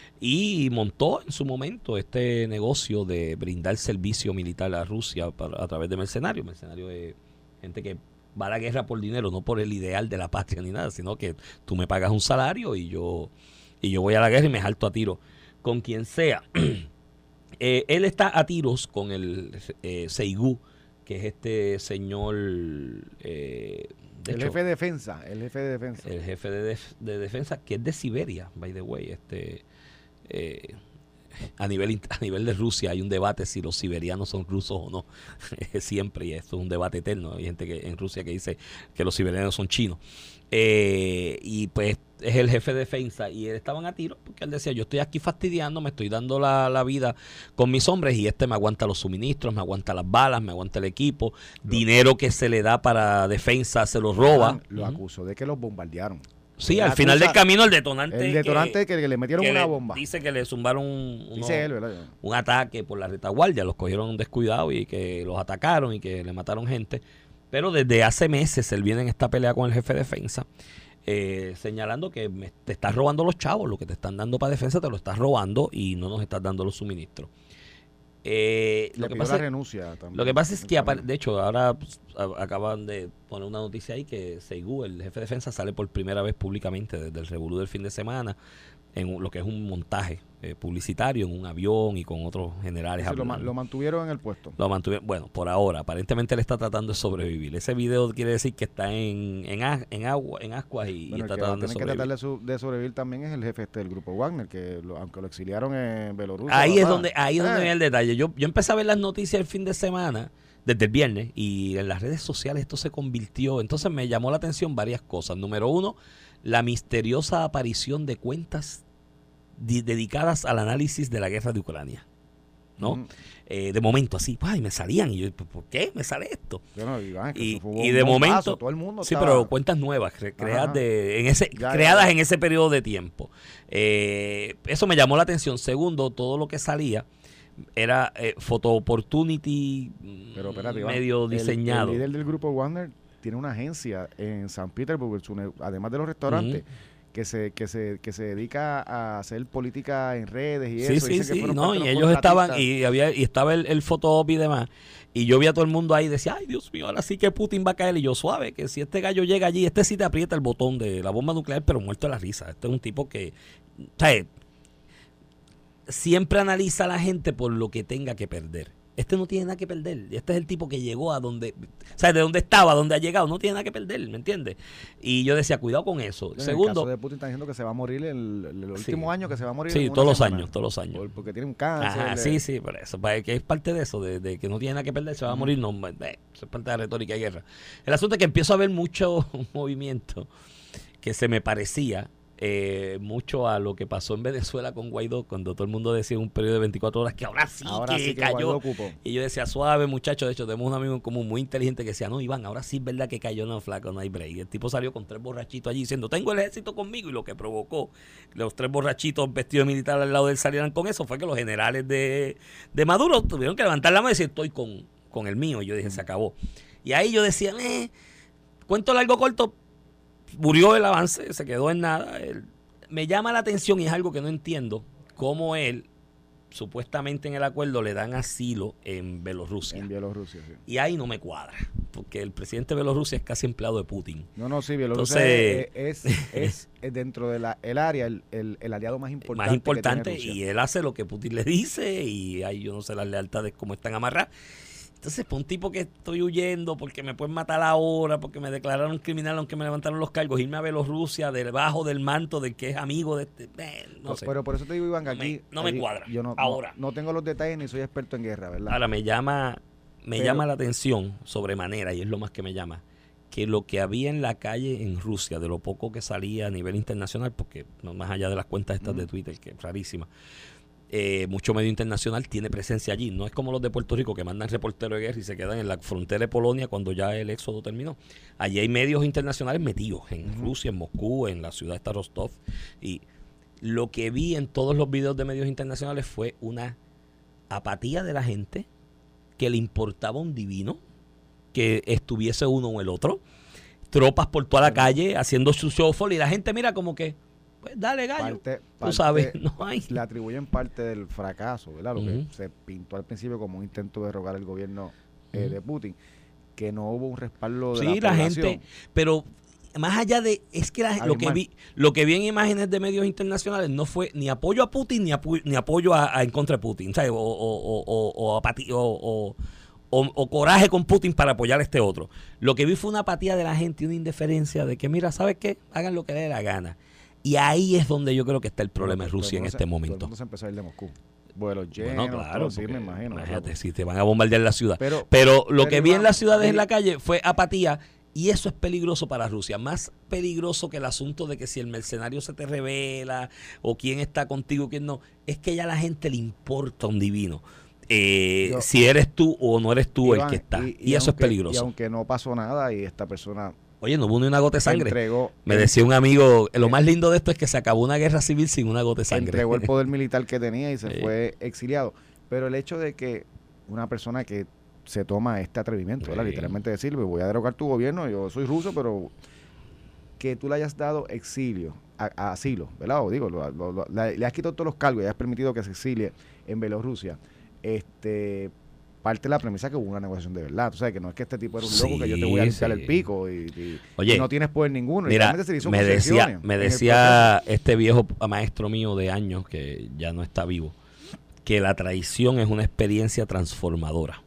Y montó en su momento este negocio de brindar servicio militar a Rusia a través de mercenarios. Mercenarios de gente que va a la guerra por dinero, no por el ideal de la patria ni nada, sino que tú me pagas un salario y yo voy a la guerra y me jalto a tiro con quien sea. Él está a tiros con el Shoigu, que es este señor... el jefe de defensa. El jefe de defensa, que es de Siberia, by the way. a nivel de Rusia hay un debate si los siberianos son rusos o no. Siempre, y esto es un debate eterno. Hay gente en Rusia que dice que los siberianos son chinos. Y pues es el jefe de defensa y estaban a tiro porque él decía, yo estoy aquí fastidiando, me estoy dando la vida con mis hombres y me aguanta los suministros, me aguanta las balas, me aguanta el equipo, dinero que se le da para defensa se lo roba. Lo acusó de que los bombardearon. Sí, al final del camino el detonante que le metieron una bomba. Dice que le zumbaron un ataque por la retaguardia, los cogieron descuidados y que los atacaron y que le mataron gente. Pero desde hace meses él viene en esta pelea con el jefe de defensa, señalando que te estás robando los chavos, lo que te están dando para defensa te lo estás robando y no nos estás dando los suministros. Lo que pasa es que, de hecho, ahora acaban de poner una noticia ahí que Seigu, el jefe de defensa, sale por primera vez públicamente desde el revolú del fin de semana en lo que es un montaje publicitario en un avión y con otros generales. Lo mantuvieron en el puesto. Bueno, por ahora. Aparentemente él está tratando de sobrevivir. Ese video quiere decir que está en ascuas y está tratando de sobrevivir. Que tratar de sobrevivir también es el jefe del grupo Wagner, que aunque lo exiliaron en Bielorrusia. Ahí es donde viene el detalle. Yo empecé a ver las noticias el fin de semana, desde el viernes, y en las redes sociales esto se convirtió. Entonces me llamó la atención varias cosas. Número uno, la misteriosa aparición de cuentas dedicadas al análisis de la guerra de Ucrania, ¿no? De momento así, me salían y yo, ¿por qué me sale esto? Y de momento, todo el mundo pero cuentas nuevas creadas en ese periodo de tiempo. Eso me llamó la atención. Segundo, todo lo que salía era Photo Opportunity, pero espérate, medio diseñado. El líder del grupo Wagner tiene una agencia en San Petersburgo, además de los restaurantes. Que se dedica a hacer política en redes y eso. Sí, y ellos estaban, y estaba el Photo-op y demás, y yo vi a todo el mundo ahí y decía, ay Dios mío, ahora sí que Putin va a caer, y yo suave, que si este gallo llega allí, sí te aprieta el botón de la bomba nuclear, pero muerto de la risa. Este es un tipo que, siempre analiza a la gente por lo que tenga que perder. Este no tiene nada que perder. Este es el tipo que llegó a donde, de donde estaba, donde ha llegado, no tiene nada que perder, ¿me entiendes? Y yo decía, cuidado con eso. Segundo, el caso de Putin está diciendo que se va a morir el último año, que se va a morir. Sí, todos los años. Porque tiene un cáncer. Sí, por eso. Que es parte de eso, de que no tiene nada que perder, se va a morir. No, eso es parte de la retórica de guerra. El asunto es que empiezo a ver mucho movimiento que se me parecía mucho a lo que pasó en Venezuela con Guaidó, cuando todo el mundo decía en un periodo de 24 horas que ahora sí que cayó. Y yo decía, suave muchacho. De hecho, tenemos un amigo en común muy inteligente que decía, no, Iván, ahora sí es verdad que cayó, no, flaco, no hay break. Y el tipo salió con 3 borrachitos allí diciendo, tengo el ejército conmigo, y lo que provocó los 3 borrachitos vestidos de militar al lado de él salieran con eso fue que los generales de Maduro tuvieron que levantar la mano y decir, estoy con el mío. Y yo dije, se acabó. Y ahí yo decía, cuento largo corto, murió el avance, se quedó en nada. Me llama la atención, y es algo que no entiendo, cómo él, supuestamente en el acuerdo, le dan asilo en Bielorrusia. Sí. Y ahí no me cuadra, porque el presidente de Bielorrusia es casi empleado de Putin. Sí, Bielorrusia es dentro de el área, el aliado más importante que tiene Rusia. Y él hace lo que Putin le dice, y ahí yo no sé las lealtades cómo están amarradas. Entonces, para un tipo que estoy huyendo porque me pueden matar ahora, porque me declararon criminal aunque me levantaron los cargos, irme a Bielorrusia debajo del manto del que es amigo de este, no sé. Pero por eso te digo, Iván, que aquí no me cuadra. Yo no tengo los detalles ni soy experto en guerra, ¿verdad? Ahora me llama la atención sobremanera, y es lo más que me llama, que lo que había en la calle en Rusia, de lo poco que salía a nivel internacional, porque no más allá de las cuentas estas de Twitter, que es rarísima, mucho medio internacional tiene presencia allí. No es como los de Puerto Rico, que mandan reporteros de guerra y se quedan en la frontera de Polonia cuando ya el éxodo terminó. Allí hay medios internacionales metidos en Rusia, en Moscú, en la ciudad de Rostov. Y lo que vi en todos los videos de medios internacionales fue una apatía de la gente, que le importaba un divino que estuviese uno o el otro, tropas por toda la calle haciendo su shuffle, y la gente mira como que, pues dale gallo, tú sabes, no hay. Le atribuyen parte del fracaso, ¿verdad? Lo que se pintó al principio como un intento de derrocar el gobierno de Putin, que no hubo un respaldo de la población. Gente, pero más allá de, es que lo que vi en imágenes de medios internacionales no fue ni apoyo a Putin ni apoyo en contra de Putin, ¿sabes? O apatía o coraje con Putin para apoyar a este otro. Lo que vi fue una apatía de la gente y una indiferencia de que, mira, ¿sabes qué? Hagan lo que les dé la gana. Y ahí es donde yo creo que está el problema en Rusia en este momento. Todo el mundo se empezó a ir de Moscú. vuelos llenos, claro, sí, me imagino. Imagínate, si te van a bombardear la ciudad. Pero lo que vi en las ciudades en la calle fue apatía, y eso es peligroso para Rusia. Más peligroso que el asunto de que si el mercenario se te revela, o quién está contigo, quién no, es que ya a la gente le importa un divino. Si eres tú o no eres tú, Iván, el que está. Y eso es peligroso. Y aunque no pasó nada y esta persona... Oye, no hubo ni una gota de sangre. Me decía un amigo, lo más lindo de esto es que se acabó una guerra civil sin una gota de sangre. Entregó el poder militar que tenía y se fue exiliado. Pero el hecho de que una persona que se toma este atrevimiento, ¿verdad? Literalmente decirle, voy a derogar tu gobierno, yo soy ruso, pero que tú le hayas dado exilio, asilo, ¿verdad? O digo, le has quitado todos los cargos y has permitido que se exilie en Bielorrusia. Parte de la premisa que hubo una negociación de verdad. Tú sabes que no es que este tipo era un loco que yo te voy a limpiar el pico y no tienes poder ninguno. Mira, me decía este viejo maestro mío de años, que ya no está vivo, que la traición es una experiencia transformadora.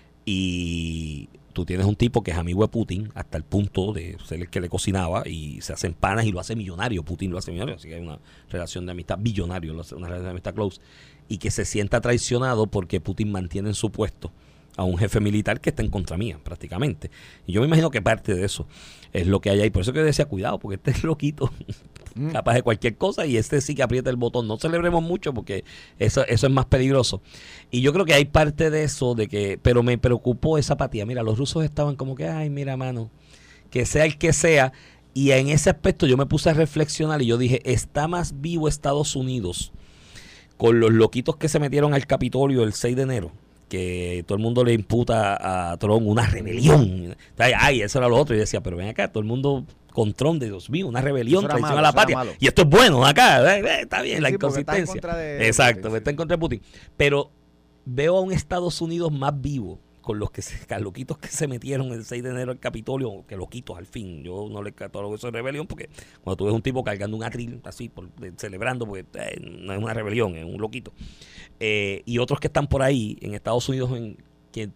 Y tú tienes un tipo que es amigo de Putin hasta el punto de ser el que le cocinaba y se hacen panas y lo hace millonario. Putin lo hace millonario, así que hay una relación de amistad billonario, una relación de amistad close. Y que se sienta traicionado porque Putin mantiene en su puesto a un jefe militar que está en contra mía, prácticamente. Y yo me imagino que parte de eso es lo que hay ahí. Por eso que yo decía, cuidado, porque este es loquito, capaz de cualquier cosa, y este sí que aprieta el botón. No celebremos mucho porque eso es más peligroso. Y yo creo que hay parte de eso, pero me preocupó esa apatía. Mira, los rusos estaban como que, ay, mira, mano, que sea el que sea. Y en ese aspecto yo me puse a reflexionar y yo dije, está más vivo Estados Unidos con los loquitos que se metieron al Capitolio el 6 de enero, que todo el mundo le imputa a Trump una rebelión. Ay, eso era lo otro. Y decía, pero ven acá, todo el mundo con Trump, de Dios mío, una rebelión, traición a la patria. Y esto es bueno acá, está bien, la inconsistencia. Exacto, está en contra de Putin. Pero veo a un Estados Unidos más vivo con los loquitos que se metieron el 6 de enero al Capitolio, que loquitos al fin. Yo no le catalogo eso de rebelión, porque cuando tú ves un tipo cargando un atril así, celebrando, porque no es una rebelión, es un loquito. Y otros que están por ahí en Estados Unidos que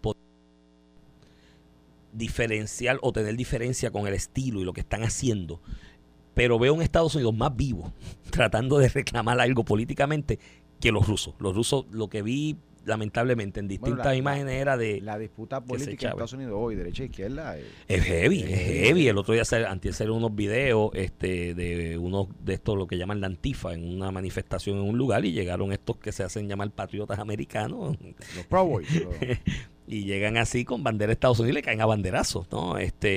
diferenciar o tener diferencia con el estilo y lo que están haciendo. Pero veo un Estados Unidos más vivo tratando de reclamar algo políticamente que los rusos. Los rusos, lo que vi lamentablemente en distintas imágenes era de la disputa política en Estados Unidos hoy, derecha e izquierda, es heavy. El otro día antes hicieron unos videos de unos de estos, lo que llaman la Antifa, en una manifestación en un lugar, y llegaron estos que se hacen llamar patriotas americanos, los Proud Boys, y llegan así con bandera de Estados Unidos y le caen a banderazos, ¿no?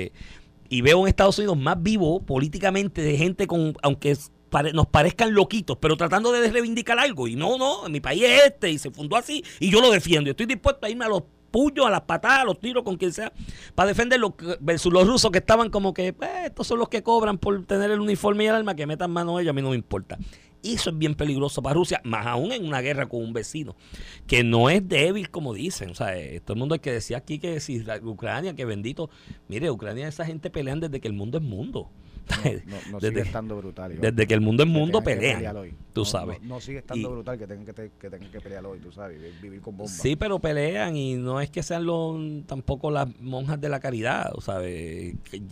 Y veo un Estados Unidos más vivo políticamente, de gente aunque nos parezcan loquitos, pero tratando de reivindicar algo. Y no, mi país es y se fundó así, y yo lo defiendo. Estoy dispuesto a irme a los puños, a las patadas, a los tiros, con quien sea, para defenderlo, versus los rusos que estaban como que, estos son los que cobran por tener el uniforme y el arma, que metan mano a ellos, a mí no me importa. Y eso es bien peligroso para Rusia, más aún en una guerra con un vecino, que no es débil como dicen. O sea, todo el mundo hay que decir aquí que si Ucrania, que bendito, mire, Ucrania, esa gente pelean desde que el mundo es mundo. No sigue estando brutal. Desde que el mundo es mundo pelean, tú sabes. No sigue estando brutal que tengan que pelear hoy, tú sabes, vivir con bombas. Sí, pero pelean, y no es que sean tampoco las monjas de la caridad, ¿sabes?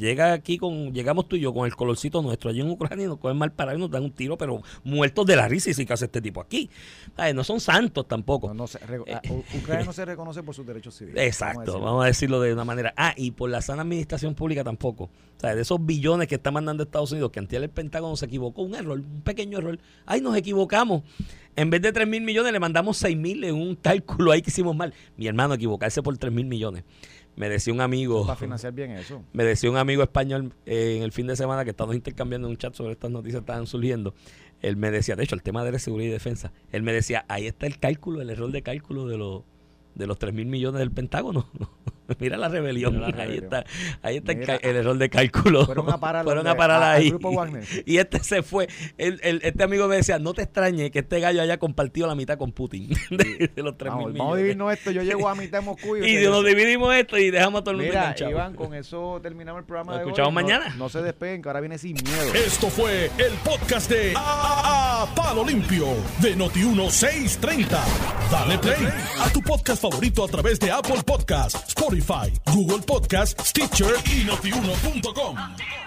Llegamos tú y yo con el colorcito nuestro allí en Ucrania y nos cogen mal parado y nos dan un tiro, pero muertos de la risa, y sí que hace este tipo aquí. No son santos tampoco. Ucrania no se reconoce por sus derechos civiles. Exacto, vamos a decirlo de una manera. Y por la sana administración pública tampoco. O sea, de esos billones que están mandando Estados Unidos, que antes el Pentágono se equivocó, un pequeño error. Ay, nos equivocamos. En vez de 3,000 millones le mandamos 6,000 en un cálculo ahí que hicimos mal. Mi hermano, equivocarse por 3,000 millones. Me decía un amigo. Para financiar bien eso. Me decía un amigo español en el fin de semana, que estábamos intercambiando en un chat sobre estas noticias que estaban surgiendo. Él me decía, de hecho, el tema de la seguridad y defensa. Él me decía, ahí está el cálculo, el error de cálculo de los 3,000 millones del Pentágono. Mira la rebelión. Ahí está el error de cálculo. Fueron a parar ahí. Al grupo Wagner. Y se fue. Este amigo me decía, no te extrañe que este gallo haya compartido la mitad con Putin de los 3,000 millones. Vamos a dividirnos esto. Yo llego a mitad de Moscú. Y nos dividimos esto y dejamos a todo el mundo enganchado. Iván, con eso terminamos el programa de hoy. ¿Nos escuchamos mañana? No se despeguen, que ahora viene Sin Miedo. Esto fue el podcast de Palo Limpio de Noti1 630. Dale play a tu podcast favorito a través de Apple Podcasts, Spotify, Google Podcasts, Stitcher y Notiuno.com.